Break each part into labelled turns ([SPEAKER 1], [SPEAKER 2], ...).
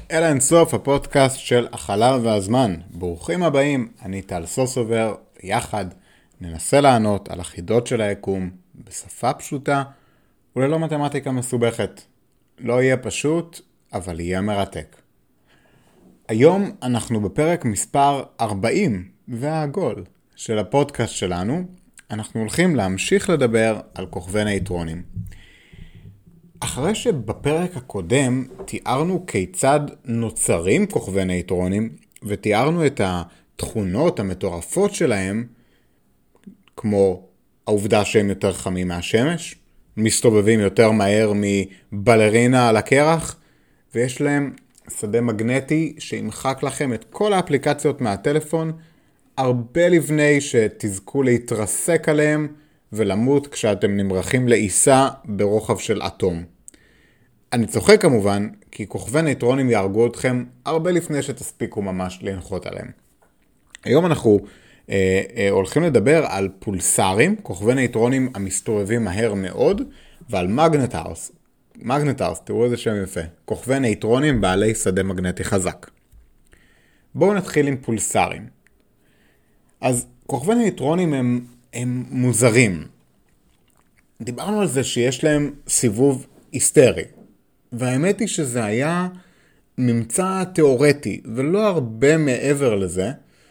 [SPEAKER 1] אל אינסוף, הפודקאסט של החלל והזמן. ברוכים הבאים, אני טל סוסובר, ויחד ננסה לענות על החידות של היקום בשפה פשוטה וללא מתמטיקה מסובכת. לא יהיה פשוט, אבל יהיה מרתק. היום אנחנו בפרק מספר 40 והעגול של הפודקאסט שלנו. אנחנו הולכים להמשיך לדבר על כוכבי נייטרונים. אחרי שבפרק הקודם תיארנו כיצד נוצרים כוכבי נייטרונים, ותיארנו את התכונות המטורפות שלהם, כמו העובדה שהם יותר חמים מהשמש, מסתובבים יותר מהר מבלרינה על הקרח, ויש להם שדה מגנטי שימחק לכם את כל האפליקציות מהטלפון, הרבה לפני שתזכו להתרסק עליהם ולמות כשאתם נמרחים לעיסה ברוחב של אטום. אני צוחק כמובן, כי כוכבי נייטרונים יהרגו אתכם הרבה לפני שתספיקו ממש לנחות עליהם. היום אנחנו הולכים לדבר על פולסרים, כוכבי נייטרונים המסתובבים מהר מאוד, ועל מגנטרס. מגנטרס, תראו איזה שם יפה. כוכבי נייטרונים בעלי שדה מגנטי חזק. בואו נתחיל עם פולסרים. אז כוכבי נייטרונים הם מוזרים. דיברנו על זה שיש להם סיבוב היסטרי. והאמת היא שזה היה ממצא תיאורטי, ולא הרבה מעבר לזה.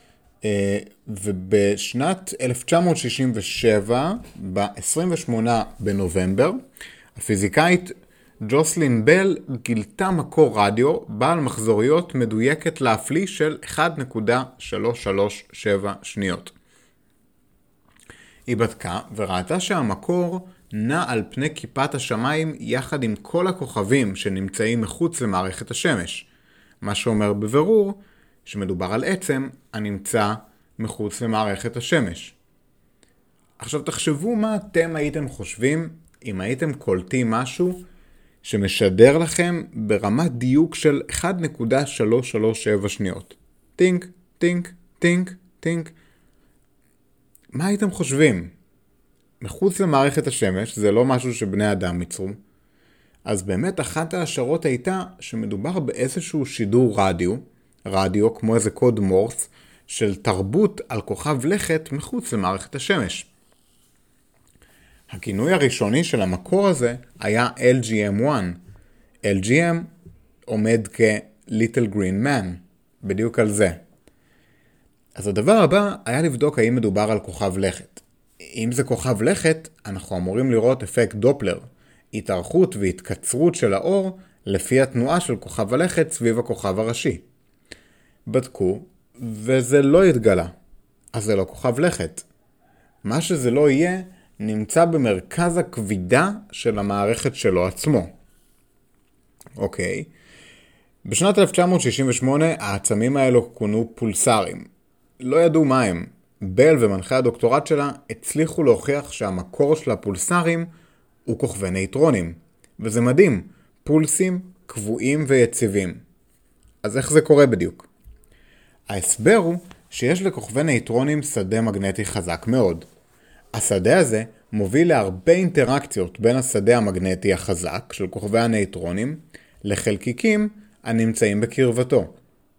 [SPEAKER 1] ובשנת 1967, ב-28 בנובמבר, הפיזיקאית ג'וסלין בל גילתה מקור רדיו בעל מחזוריות מדויקת להפליא של 1.337 שניות. היא בדקה וראתה שהמקור נע על פני כיפת השמיים יחד עם כל הכוכבים שנמצאים מחוץ למערכת השמש, מה שאומר בבירור שמדובר על עצם הנמצא מחוץ למערכת השמש. עכשיו תחשבו מה אתם הייתם חושבים אם הייתם קולטים משהו שמשדר לכם ברמת דיוק של 1.337 שניות. טינק, טינק, טינק, טינק. מה הייתם חושבים? מחוץ למערכת השמש, זה לא משהו שבני אדם ייצרו. אז באמת אחת ההשערות הייתה שמדובר באיזשהו שידור רדיו כמו איזה קוד מורס, של תרבות על כוכב לכת מחוץ למערכת השמש. הכינוי הראשוני של המקור הזה היה LGM-1. LGM עומד כ-Little Green Man, בדיוק על זה. אז הדבר הבא היה לבדוק האם מדובר על כוכב לכת. אם זה כוכב לכת, אנחנו אמורים לראות אפקט דופלר, התארכות והתקצרות של האור לפי התנועה של כוכב הלכת סביב הכוכב הראשי. בדקו, וזה לא התגלה. אז זה לא כוכב לכת. מה שזה לא יהיה, נמצא במרכז הכבידה של המערכת שלו עצמו. אוקיי. בשנת 1968 העצמים האלו כונו פולסרים. לא ידעו מה הם. בל ומנחי הדוקטורט שלה הצליחו להוכיח שהמקור של הפולסרים הוא כוכבי נייטרונים. וזה מדהים, פולסים קבועים ויציבים. אז איך זה קורה בדיוק? ההסבר הוא שיש לכוכבי נייטרונים שדה מגנטי חזק מאוד. השדה הזה מוביל להרבה אינטראקציות בין השדה המגנטי החזק של כוכבי הנייטרונים לחלקיקים הנמצאים בקרבתו.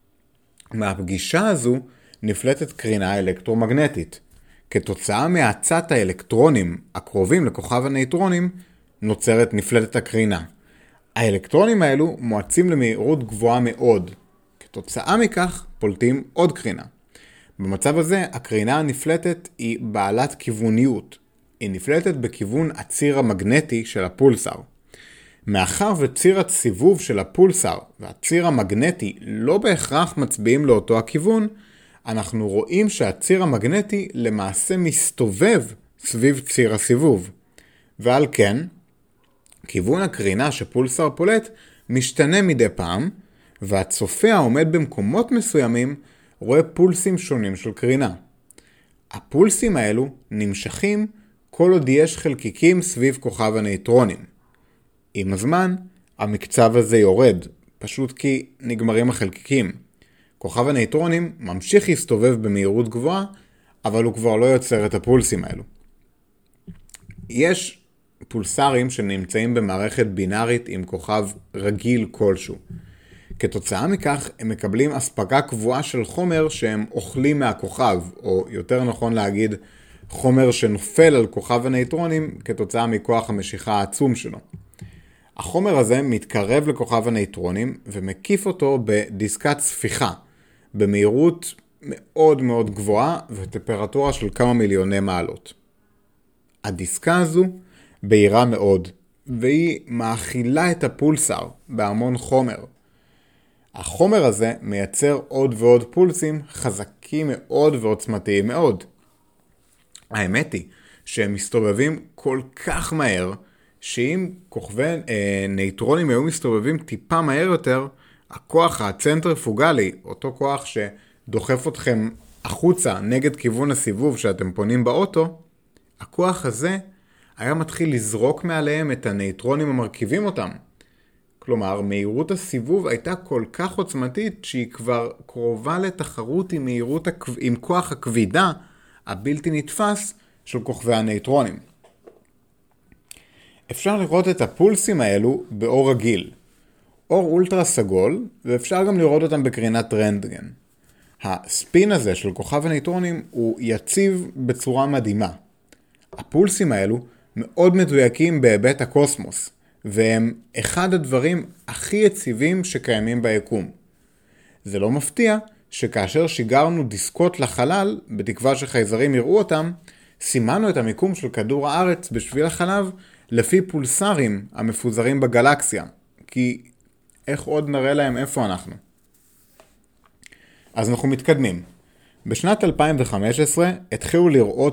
[SPEAKER 1] מהפגישה הזו נפלטת קרינה אלקטרומגנטית. כתוצאה מהאצת האלקטרונים הקרובים לכוכב הנייטרונים נפלטת הקרינה. האלקטרונים האלו מואצים למהירות גבוהה מאוד. כתוצאה מכך פולטים עוד קרינה. במצב הזה הקרינה הנפלטת היא בעלת כיווניות. היא נפלטת בכיוון הציר המגנטי של הפולסר. מאחר וציר הסיבוב של הפולסר והציר המגנטי לא בהכרח מצביעים לאותו הכיוון, אנחנו רואים שהציר המגנטי למעשה מסתובב סביב ציר הסיבוב. ועל כן, כיוון הקרינה שפולסר פולט משתנה מדי פעם, והצופה העומד במקומות מסוימים רואה פולסים שונים של קרינה. הפולסים האלו נמשכים כל עוד יש חלקיקים סביב כוכב הנייטרונים. עם הזמן, המקצב הזה יורד, פשוט כי נגמרים החלקיקים. כוכב הנייטרונים ממשיך להסתובב במהירות גבוהה, אבל הוא כבר לא יוצר את הפולסים האלו. יש פולסרים שנמצאים במערכת בינארית עם כוכב רגיל כלשהו. כתוצאה מכך הם מקבלים אספקה קבועה של חומר שהם אוכלים מהכוכב, או יותר נכון להגיד חומר שנופל על כוכב הנייטרונים כתוצאה מכוח המשיכה העצום שלו. החומר הזה מתקרב לכוכב הנייטרונים ומקיף אותו בדיסקת ספיחה, במהירות מאוד מאוד גבוהה וטמפרטורה של כמה מיליוני מעלות. הדיסקה הזו בהירה מאוד, והיא מאכילה את הפולסר בהמון חומר. החומר הזה מייצר עוד ועוד פולסים חזקים מאוד ועוצמתיים מאוד. האמת היא שהם מסתובבים כל כך מהר, שאם כוכבי נייטרונים היו מסתובבים טיפה מהר יותר, הכוח הצנטריפוגלי, אותו כוח שדוחף אתכם החוצה נגד כיוון הסיבוב שאתם פונים באוטו, הכוח הזה היה מתחיל לזרוק מעליהם את הנייטרונים המרכיבים אותם. כלומר, מהירות הסיבוב הייתה כל כך עוצמתית שהיא כבר קרובה לתחרות עם כוח הכבידה הבלתי נתפס של כוכבי הנייטרונים. אפשר לראות את הפולסים האלו באור רגיל, אור אולטרה סגול, ואפשר גם לראות אותם בקרינת רנטגן. הספין הזה של כוכב הנייטרונים הוא יציב בצורה מדהימה. הפולסים האלו מאוד מדויקים בהיבט הקוסמוס, והם אחד הדברים הכי יציבים שקיימים ביקום. זה לא מפתיע שכאשר שיגרנו דיסקות לחלל, בתקווה שחייזרים יראו אותם, סימנו את המיקום של כדור הארץ בשביל החלב לפי פולסרים המפוזרים בגלקסיה, כי איך עוד נראה להם איפה אנחנו? אז אנחנו מתקדמים. בשנת 2015 התחילו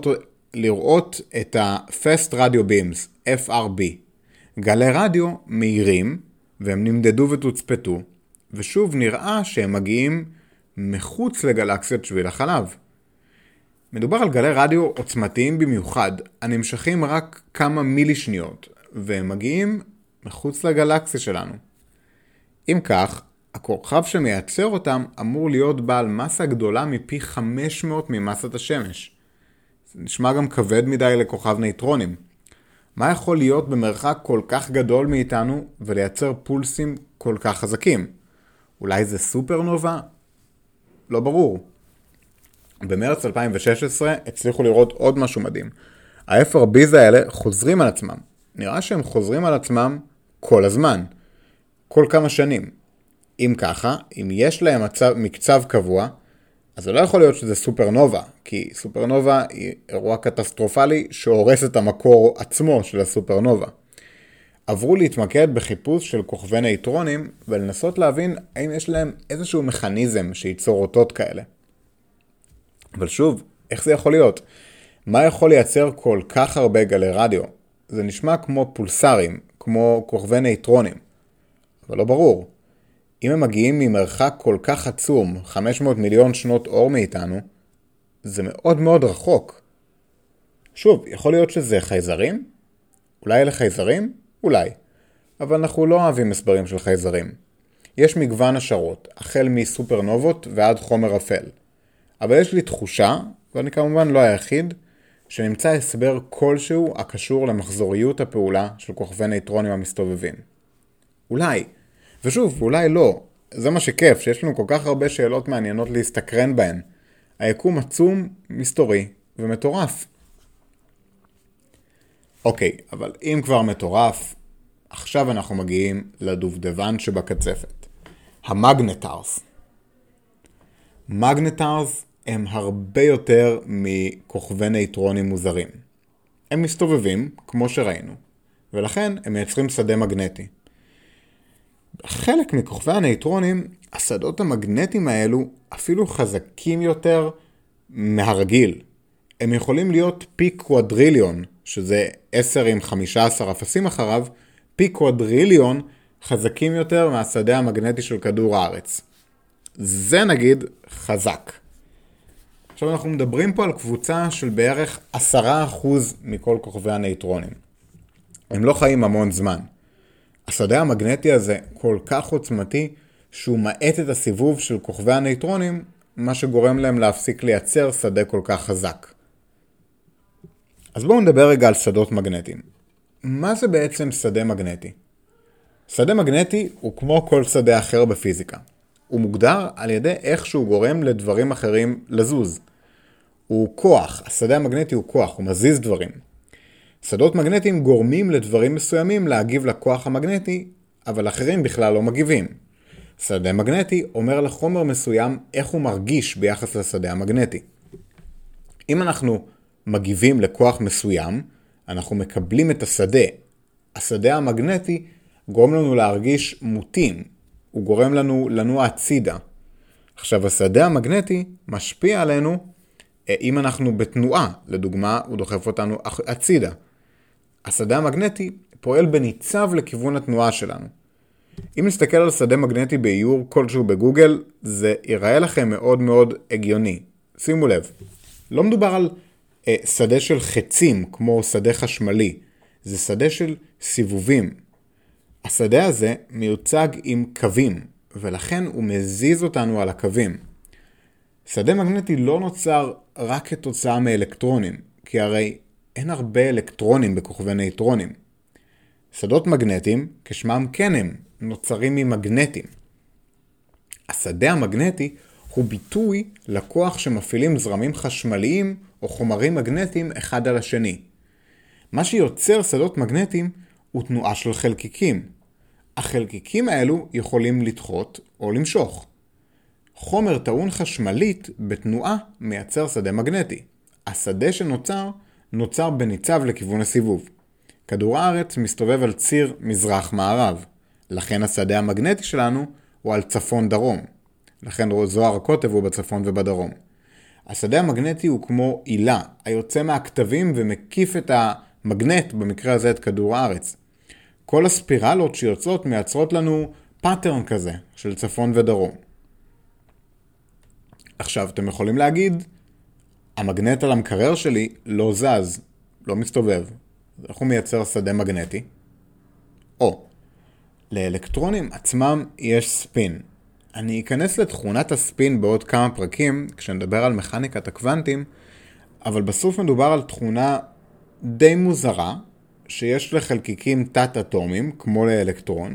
[SPEAKER 1] לראות את ה-Fast Radio Beams, FRB. גלי רדיו מהירים, והם נמדדו ותוצפתו, ושוב נראה שהם מגיעים מחוץ לגלקסיות שביל החלב. מדובר על גלי רדיו עוצמתיים במיוחד, הנמשכים רק כמה מילי שניות, והם מגיעים מחוץ לגלקסיה שלנו. אם כך, הכוכב שמייצר אותם אמור להיות בעל מסה גדולה מפי 500 ממסת השמש. זה נשמע גם כבד מדי לכוכב נייטרונים. מה יכול להיות במרחק כל כך גדול מאיתנו ולייצר פולסים כל כך חזקים? אולי זה סופרנובה? לא ברור. במרץ 2016 הצליחו לראות עוד משהו מדהים. ה-FRBs האלה חוזרים על עצמם. נראה שהם חוזרים על עצמם כל הזמן. כל כמה שנים. אם ככה, אם יש להם מקצב קבוע, אז זה לא יכול להיות שזה סופרנובה, כי סופרנובה היא אירוע קטסטרופלי שהורס את המקור עצמו של הסופרנובה. עברו להתמקד בחיפוש של כוכבי נייטרונים ולנסות להבין האם יש להם איזשהו מכניזם שייצור אותות כאלה. אבל שוב, איך זה יכול להיות? מה יכול לייצר כל כך הרבה גלי רדיו? זה נשמע כמו פולסרים, כמו כוכבי נייטרונים. אבל לא ברור. אם הם מגיעים ממרחק כל כך עצום, 500 מיליון שנות אור מאיתנו, זה מאוד מאוד רחוק. שוב, יכול להיות שזה חייזרים? אולי אלה חייזרים? אולי. אבל אנחנו לא אוהבים הסברים של חייזרים. יש מגוון השערות, החל מסופרנובות ועד חומר אפל. אבל יש לי תחושה, ואני כמובן לא היחיד, שנמצא הסבר כלשהו הקשור למחזוריות הפעולה של כוכבי נייטרונים המסתובבים. אולי. ושוב, אולי לא. זה מה שכיף, שיש לנו כל כך הרבה שאלות מעניינות להסתקרן בהן. היקום עצום, מסתורי ומטורף. אוקיי, אבל אם כבר מטורף, עכשיו אנחנו מגיעים לדובדבן שבקצפת. המגנטרס. מגנטרס הם הרבה יותר מכוכבי נייטרונים מוזרים. הם מסתובבים, כמו שראינו, ולכן הם מייצרים שדה מגנטי. חלק מכוכבי הנייטרונים, השדות המגנטיים האלו אפילו חזקים יותר מהרגיל. הם יכולים להיות פי קוואדריליון, שזה 10 עם 15 אפסים אחריו, פי קוואדריליון חזקים יותר מהשדה המגנטי של כדור הארץ. זה נגיד חזק. עכשיו אנחנו מדברים פה על קבוצה של בערך 10% מכל כוכבי הנייטרונים. הם לא חיים המון זמן. השדה המגנטי הזה כל כך עוצמתי שהוא מאט את הסיבוב של כוכבי הנייטרונים, מה שגורם להם להפסיק לייצר שדה כל כך חזק. אז בואו נדבר רגע על שדות מגנטיים. מה זה בעצם שדה מגנטי? שדה מגנטי הוא כמו כל שדה אחר בפיזיקה. הוא מוגדר על ידי איך שהוא גורם לדברים אחרים לזוז. הוא כוח, השדה המגנטי הוא כוח, הוא מזיז דברים. שדות מגנטיים גורמים לדברים מסוימים להגיב לכוח המגנטי, אבל אחרים בכלל לא מגיבים. שדה מגנטי אומר לחומר מסוים איך הוא מרגיש ביחס לשדה המגנטי. אם אנחנו מגיבים לכוח מסוים, אנחנו מקבלים את השדה. השדה המגנטי גורם לנו להרגיש מוטים, הוא גורם לנו לנוע הצידה. עכשיו, השדה המגנטי משפיע עלינו אם אנחנו בתנועה, לדוגמה, הוא דוחף אותנו הצידה. השדה המגנטי פועל בניצב לכיוון התנועה שלנו. אם נסתכל על שדה מגנטי באיור כלשהו בגוגל, זה ייראה לכם מאוד מאוד הגיוני. שימו לב, לא מדובר על שדה של חצים כמו שדה חשמלי, זה שדה של סיבובים. השדה הזה מיוצג עם קווים, ולכן הוא מזיז אותנו על הקווים. שדה מגנטי לא נוצר רק כתוצאה מאלקטרונים, כי הרי אין הרבה אלקטרונים בכוכבי נייטרונים. שדות מגנטיים, כשמם כן הם, נוצרים ממגנטים. השדה המגנטי הוא ביטוי לכוח שמפעילים זרמים חשמליים או חומרים מגנטיים אחד על השני. מה שיוצר שדות מגנטיים הוא תנועה של חלקיקים. החלקיקים האלו יכולים לדחות או למשוך. חומר טעון חשמלית בתנועה מייצר שדה מגנטי. השדה שנוצר נוצר בניצב לכיוון הסיבוב. כדור הארץ מסתובב על ציר מזרח-מערב. לכן השדה המגנטי שלנו הוא על צפון-דרום. לכן זוהר הקוטב הוא בצפון ובדרום. השדה המגנטי הוא כמו עילה, היוצא מהכתבים ומקיף את המגנט, במקרה הזה את כדור הארץ. כל הספירלות שיוצאות מייצרות לנו פאטרן כזה של צפון ודרום. עכשיו אתם יכולים להגיד, המגנט על המקרר שלי לא זז, לא מסתובב. איך הוא מייצר שדה מגנטי? או, לאלקטרונים עצמם יש ספין. אני אכנס לתכונת הספין בעוד כמה פרקים, כשנדבר על מכניקת הקוונטים, אבל בסוף מדובר על תכונה די מוזרה, שיש לחלקיקים תת-אטומיים, כמו לאלקטרון,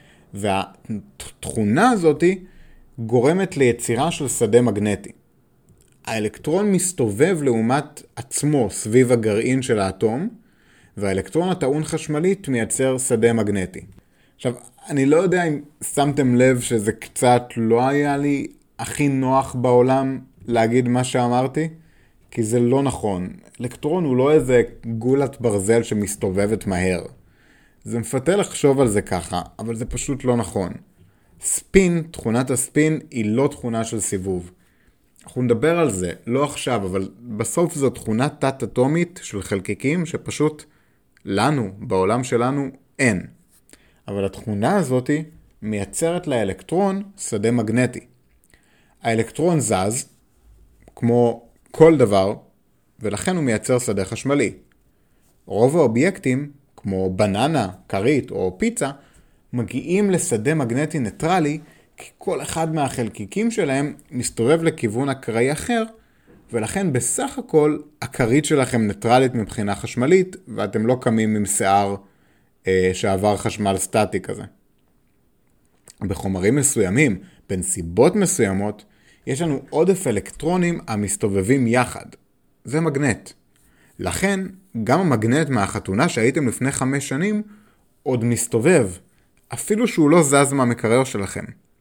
[SPEAKER 1] והתכונה הזאת גורמת ליצירה של שדה מגנטי. האלקטרון מסתובב לעומת עצמו סביב הגרעין של האטום, והאלקטרון הטעון חשמלית מייצר שדה מגנטי. עכשיו, אני לא יודע אם שמתם לב שזה קצת לא היה לי הכי נוח בעולם להגיד מה שאמרתי, כי זה לא נכון. אלקטרון הוא לא איזה גולת ברזל שמסתובבת מהר. זה מפתה לחשוב על זה ככה, אבל זה פשוט לא נכון. ספין, תכונת הספין, היא לא תכונה של סיבוב. אנחנו נדבר על זה, לא עכשיו, אבל בסוף זו תכונה תת-אטומית של חלקיקים שפשוט לנו, בעולם שלנו, אין. אבל התכונה הזאת מייצרת לאלקטרון שדה מגנטי. האלקטרון זז, כמו כל דבר, ולכן הוא מייצר שדה חשמלי. רוב האובייקטים, כמו בננה, קרית או פיצה, מגיעים לשדה מגנטי ניטרלי, כי כל אחד מהחלקיקים שלהם מסתובב לכיוון אקראי אחר, ולכן בסך הכל הקרית שלכם ניטרלית מבחינה חשמלית, ואתם לא קמים עם שיער שעבר חשמל סטטי כזה. בחומרים מסוימים, בנסיבות מסוימות, יש לנו עודף אלקטרונים המסתובבים יחד. זה מגנט. לכן, גם המגנט מהחתונה שהייתם לפני 5 שנים, עוד מסתובב, אפילו שהוא לא זז מהמקרר שלכם.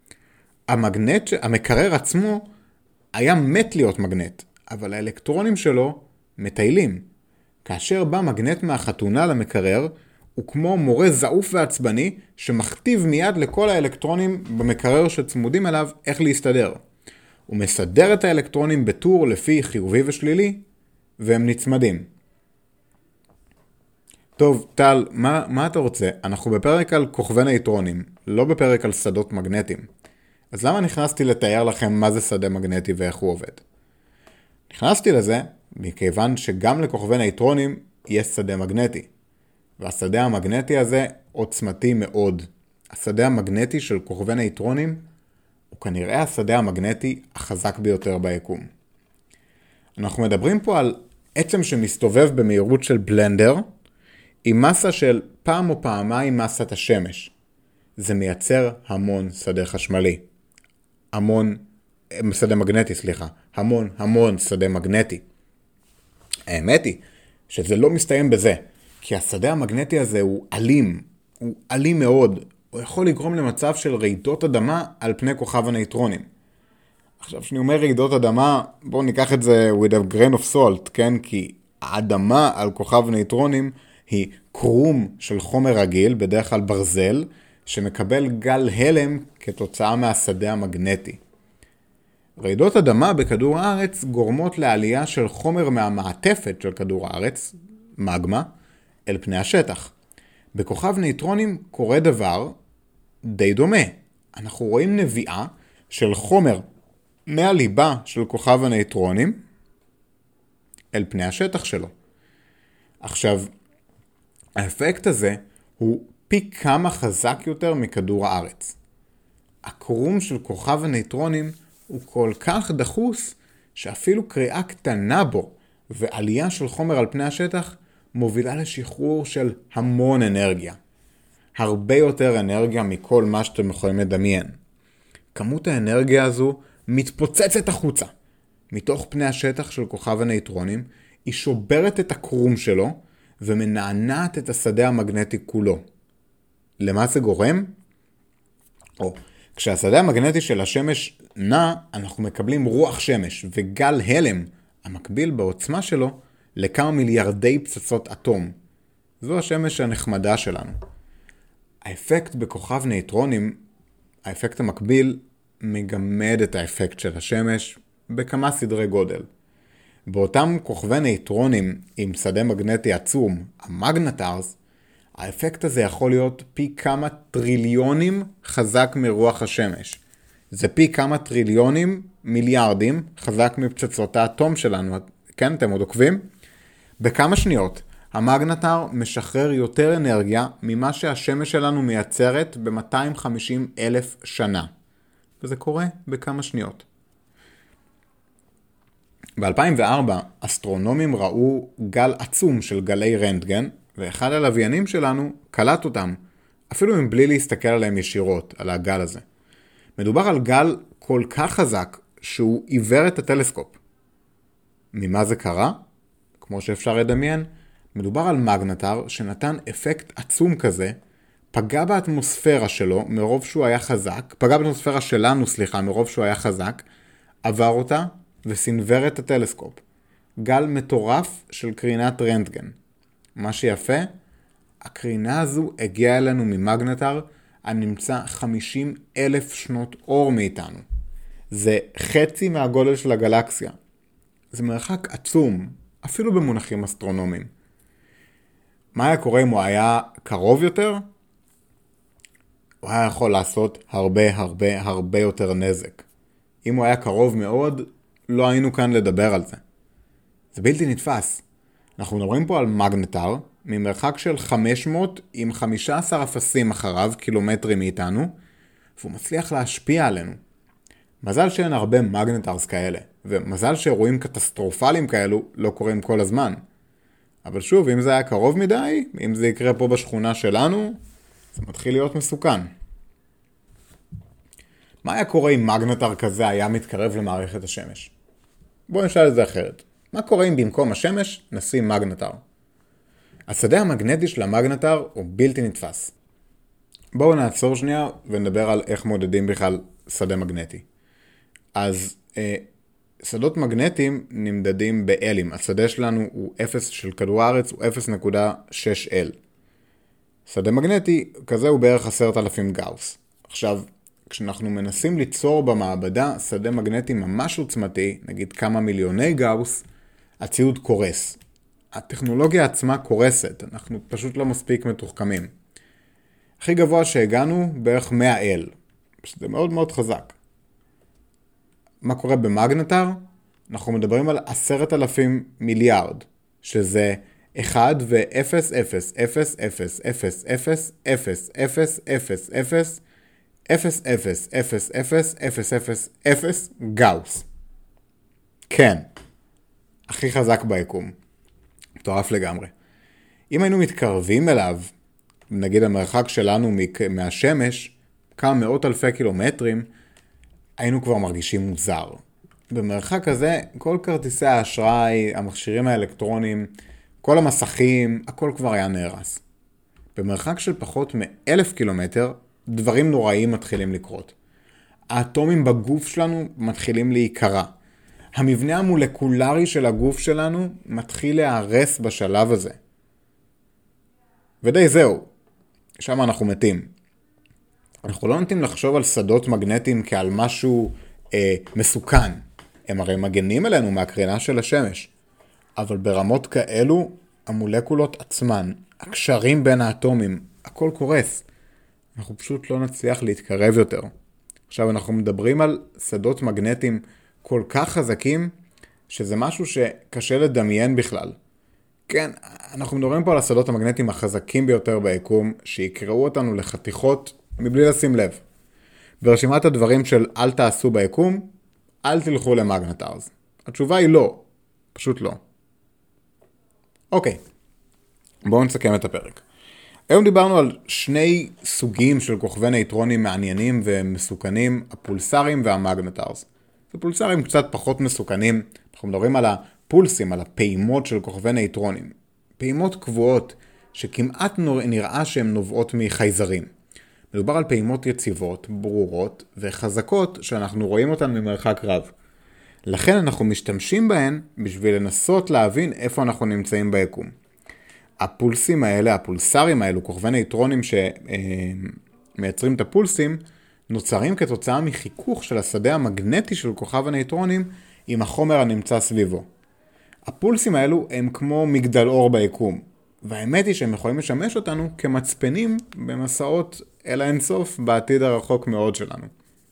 [SPEAKER 1] המקרר עצמו היה מת להיות מגנט, אבל האלקטרונים שלו מטיילים. כאשר בא מגנט מהחתונה למקרר, הוא כמו מורה זעוף ועצבני שמכתיב מיד לכל האלקטרונים במקרר שצמודים אליו איך להסתדר. הוא מסדר את האלקטרונים בטור לפי חיובי ושלילי, והם נצמדים. טוב, טל, מה אתה רוצה? אנחנו בפרק על כוכבי נייטרונים, לא בפרק על שדות מגנטיים. אז למה נכנסתי לתאר לכם מה זה שדה מגנטי ואיך הוא עובד? נכנסתי לזה מכיוון שגם לכוכבי נייטרונים יש שדה מגנטי. והשדה המגנטי הזה עוצמתי מאוד. השדה המגנטי של כוכבי נייטרונים הוא כנראה השדה המגנטי החזק ביותר ביקום. אנחנו מדברים פה על עצם שמסתובב במהירות של בלנדר, עם מסה של פעם או פעמיים מסת השמש. זה מייצר המון שדה חשמלי. שדה מגנטי, סליחה. המון שדה מגנטי. האמת היא שזה לא מסתיים בזה, כי השדה המגנטי הזה הוא אלים מאוד. הוא יכול לגרום למצב של רעידות אדמה על פני כוכב הנייטרונים. עכשיו, כשאני אומר רעידות אדמה, בואו ניקח את זה with a grain of salt, כן? כי האדמה על כוכב נייטרונים היא קרום של חומר רגיל, בדרך כלל ברזל, שמקבל גל הלם כתוצאה מהשדה המגנטי. רעידות אדמה בכדור הארץ גורמות לעלייה של חומר מהמעטפת של כדור הארץ, מגמה, אל פני השטח. בכוכב נייטרונים קורה דבר די דומה. אנחנו רואים נביאה של חומר מהליבה של כוכב הנייטרונים אל פני השטח שלו. עכשיו, האפקט הזה הוא פי כמה חזק יותר מכדור הארץ. הקרום של כוכב הנייטרונים הוא כל כך דחוס שאפילו קריאה קטנה בו ועלייה של חומר על פני השטח מובילה לשחרור של המון אנרגיה. הרבה יותר אנרגיה מכל מה שאתם יכולים לדמיין. כמות האנרגיה הזו מתפוצצת החוצה. מתוך פני השטח של כוכב הנייטרונים, היא שוברת את הקרום שלו ומנענעת את השדה המגנטי כולו. למה זה גורם? כשהשדה המגנטי של השמש נע, אנחנו מקבלים רוח שמש וגל הלם, המקביל בעוצמה שלו לכמה מיליארדי פצצות אטום. זו השמש הנחמדה שלנו. האפקט בכוכב נייטרונים, האפקט המקביל, מגמד את האפקט של השמש בכמה סדרי גודל. באותם כוכבי נייטרונים עם שדה מגנטי עצום, המגנטרס, האפקט הזה יכול להיות פי כמה טריליונים חזק מרוח השמש. זה פי כמה טריליונים, מיליארדים, חזק מפצצות האטום שלנו. כן, אתם עוד עוקבים? בכמה שניות, המגנטר משחרר יותר אנרגיה ממה שהשמש שלנו מייצרת ב-250,000 שנה. וזה קורה בכמה שניות. ב-2004 אסטרונומים ראו גל עצום של גלי רנטגן, ואחד הלוויינים שלנו קלט אותם, אפילו אם בלי להסתכל עליהם ישירות, על הגל הזה. מדובר על גל כל כך חזק שהוא עיוור את הטלסקופ. ממה זה קרה? כמו שאפשר לדמיין, מדובר על מגנטר שנתן אפקט עצום כזה, פגע באטמוספירה שלו מרוב שהוא היה חזק, פגע באטמוספירה שלנו, מרוב שהוא היה חזק, עבר אותה וסנבר את הטלסקופ. גל מטורף של קרינת רנטגן. מה שיפה, הקרינה הזו הגיעה אלינו ממגנטר הנמצא 50,000 שנות אור מאיתנו. זה חצי מהגודל של הגלקסיה. זה מרחק עצום, אפילו במונחים אסטרונומיים. מה היה קורה אם הוא היה קרוב יותר? הוא היה יכול לעשות הרבה יותר נזק. אם הוא היה קרוב מאוד, לא היינו כאן לדבר על זה. זה בלתי נתפס. אנחנו מדברים פה על מגנטר ממרחק של 500 עם 15 אפסים אחריו קילומטרים מאיתנו, והוא מצליח להשפיע עלינו. מזל שאין הרבה מגנטרס כאלה, ומזל שאירועים קטסטרופליים כאלו לא קורים כל הזמן. אבל שוב, אם זה היה קרוב מדי, אם זה יקרה פה בשכונה שלנו, זה מתחיל להיות מסוכן. מה היה קורה אם מגנטר כזה היה מתקרב למערכת השמש? בואו נשאל את זה אחרת. מה קורה אם במקום השמש נשים מגנטר? השדה המגנטי של המגנטר הוא בלתי נתפס. בואו נעצור שנייה ונדבר על איך מודדים בכלל שדה מגנטי. אז שדות מגנטיים נמדדים באלים. השדה שלנו הוא 0 של כדור הארץ, הוא 0.6 אל. שדה מגנטי כזה הוא בערך 10,000 גאוס. עכשיו, כשאנחנו מנסים ליצור במעבדה שדה מגנטי ממש עוצמתי, נגיד כמה מיליוני גאוס, הציוד קורס. הטכנולוגיה עצמה קורסת, אנחנו פשוט לא מספיק מתוחכמים. הכי גבוה שהגענו בערך 100 אל, שזה מאוד מאוד חזק. מה קורה במגנטר? אנחנו מדברים על 10,000 מיליארד, שזה 1 ו-0, 0, 0, 0, 0, 0, 0, 0, 0, 0, 0, 0, 0, 0, 0, 0, 0, גאוס. כן, הכי חזק ביקום. מטורף לגמרי. אם היינו מתקרבים אליו, נגיד המרחק שלנו מהשמש, כמה מאות אלפי קילומטרים, היינו כבר מרגישים מוזר. במרחק הזה, כל כרטיסי האשראי, המכשירים האלקטרוניים, כל המסכים, הכל כבר היה נהרס. במרחק של פחות מ1,000 קילומטר, דברים נוראים מתחילים לקרות. האטומים בגוף שלנו מתחילים להיקרע. המבנה המולקולרי של הגוף שלנו מתחיל להיהרס בשלב הזה. ודי זהו, שם אנחנו מתים. אנחנו לא נוטים לחשוב על שדות מגנטיים כעל משהו מסוכן. הם הרי מגנים עלינו מהקרינה של השמש. אבל ברמות כאלו, המולקולות עצמן, הקשרים בין האטומים, הכל קורס. אנחנו פשוט לא נצליח להתקרב יותר. עכשיו אנחנו מדברים על שדות מגנטיים כל כך חזקים, שזה משהו שקשה לדמיין בכלל. כן, אנחנו מדברים פה על השדות המגנטיים החזקים ביותר ביקום, שיקראו אותנו לחתיכות מבלי לשים לב. ברשימת הדברים של אל תעשו ביקום, אל תלכו למגנטארס. התשובה היא לא, פשוט לא. אוקיי, בואו נסכם את הפרק. היום דיברנו על שני סוגים של כוכבי נייטרונים מעניינים ומסוכנים, הפולסרים והמגנטארס. הפולסרים קצת פחות מסוכנים, אנחנו מדברים על הפולסים, על הפעימות של כוכבי נייטרונים. פעימות קבועות שכמעט נראה שהן נובעות מחייזרים. מדובר על פעימות יציבות, ברורות וחזקות שאנחנו רואים אותן ממרחק רב. לכן אנחנו משתמשים בהן בשביל לנסות להבין איפה אנחנו נמצאים ביקום. הפולסים האלה, הפולסרים האלו, כוכבי נייטרונים שמייצרים את הפולסים, נוצרים כתוצאה מחיכוך של השדה המגנטי של כוכב הנייטרונים עם החומר הנמצא סביבו. הפולסים האלו הם כמו מגדל אור ביקום, והאמת היא שהם יכולים לשמש אותנו כמצפנים במסעות אל האינסוף בעתיד הרחוק מאוד שלנו.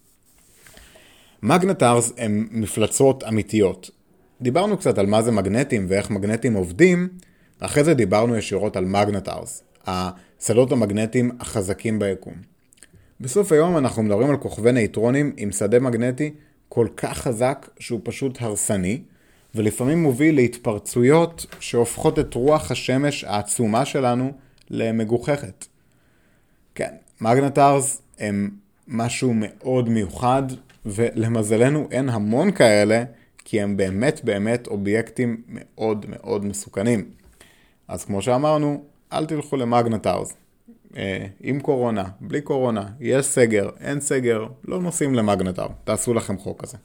[SPEAKER 1] מגנטארס הם מפלצות אמיתיות. דיברנו קצת על מה זה מגנטים ואיך מגנטים עובדים, ואחרי זה דיברנו ישירות על מגנטארס, השדות המגנטיים החזקים ביקום. בסוף היום אנחנו מדברים על כוכבי נייטרונים עם שדה מגנטי כל כך חזק שהוא פשוט הרסני, ולפעמים מוביל להתפרצויות שהופכות את רוח השמש העצומה שלנו למגוחכת. כן, מגנטארס הם משהו מאוד מיוחד, ולמזלנו אין המון כאלה, כי הם באמת אובייקטים מאוד מאוד מסוכנים. אז כמו שאמרנו, אל תלכו למגנטארס. עם קורונה, בלי קורונה, יש סגר, אין סגר, לא נוסעים למגנטאר. תעשו לכם חוק כזה.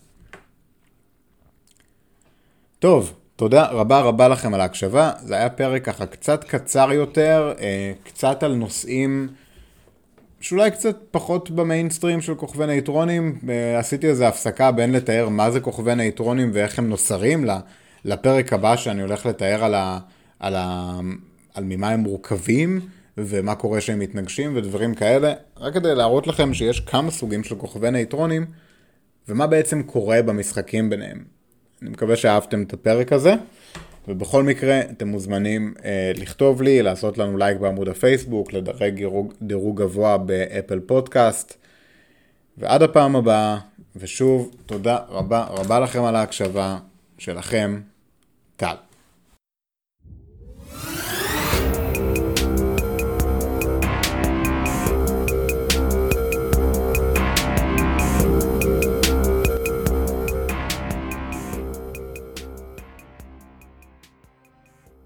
[SPEAKER 1] טוב, תודה רבה לכם על ההקשבה. זה היה פרק ככה קצת קצר יותר, קצת על נושאים שאולי קצת פחות במיינסטרים של כוכבי נייטרונים. עשיתי איזו הפסקה בין לתאר מה זה כוכבי נייטרונים ואיך הם נוצרים לפרק הבא שאני הולך לתאר על ממה הם מורכבים ומה קורה שהם מתנגשים ודברים כאלה. רק כדי להראות לכם שיש כמה סוגים של כוכבי נייטרונים ומה בעצם קורה במשחקים ביניהם. אני מקווה שאהבתם את הפרק הזה, ובכל מקרה אתם מוזמנים לכתוב לי, לעשות לנו לייק בעמוד הפייסבוק, לדרג דירוג גבוה באפל פודקאסט, ועד הפעם הבאה, ושוב תודה רבה לכם על ההקשבה שלכם, טל.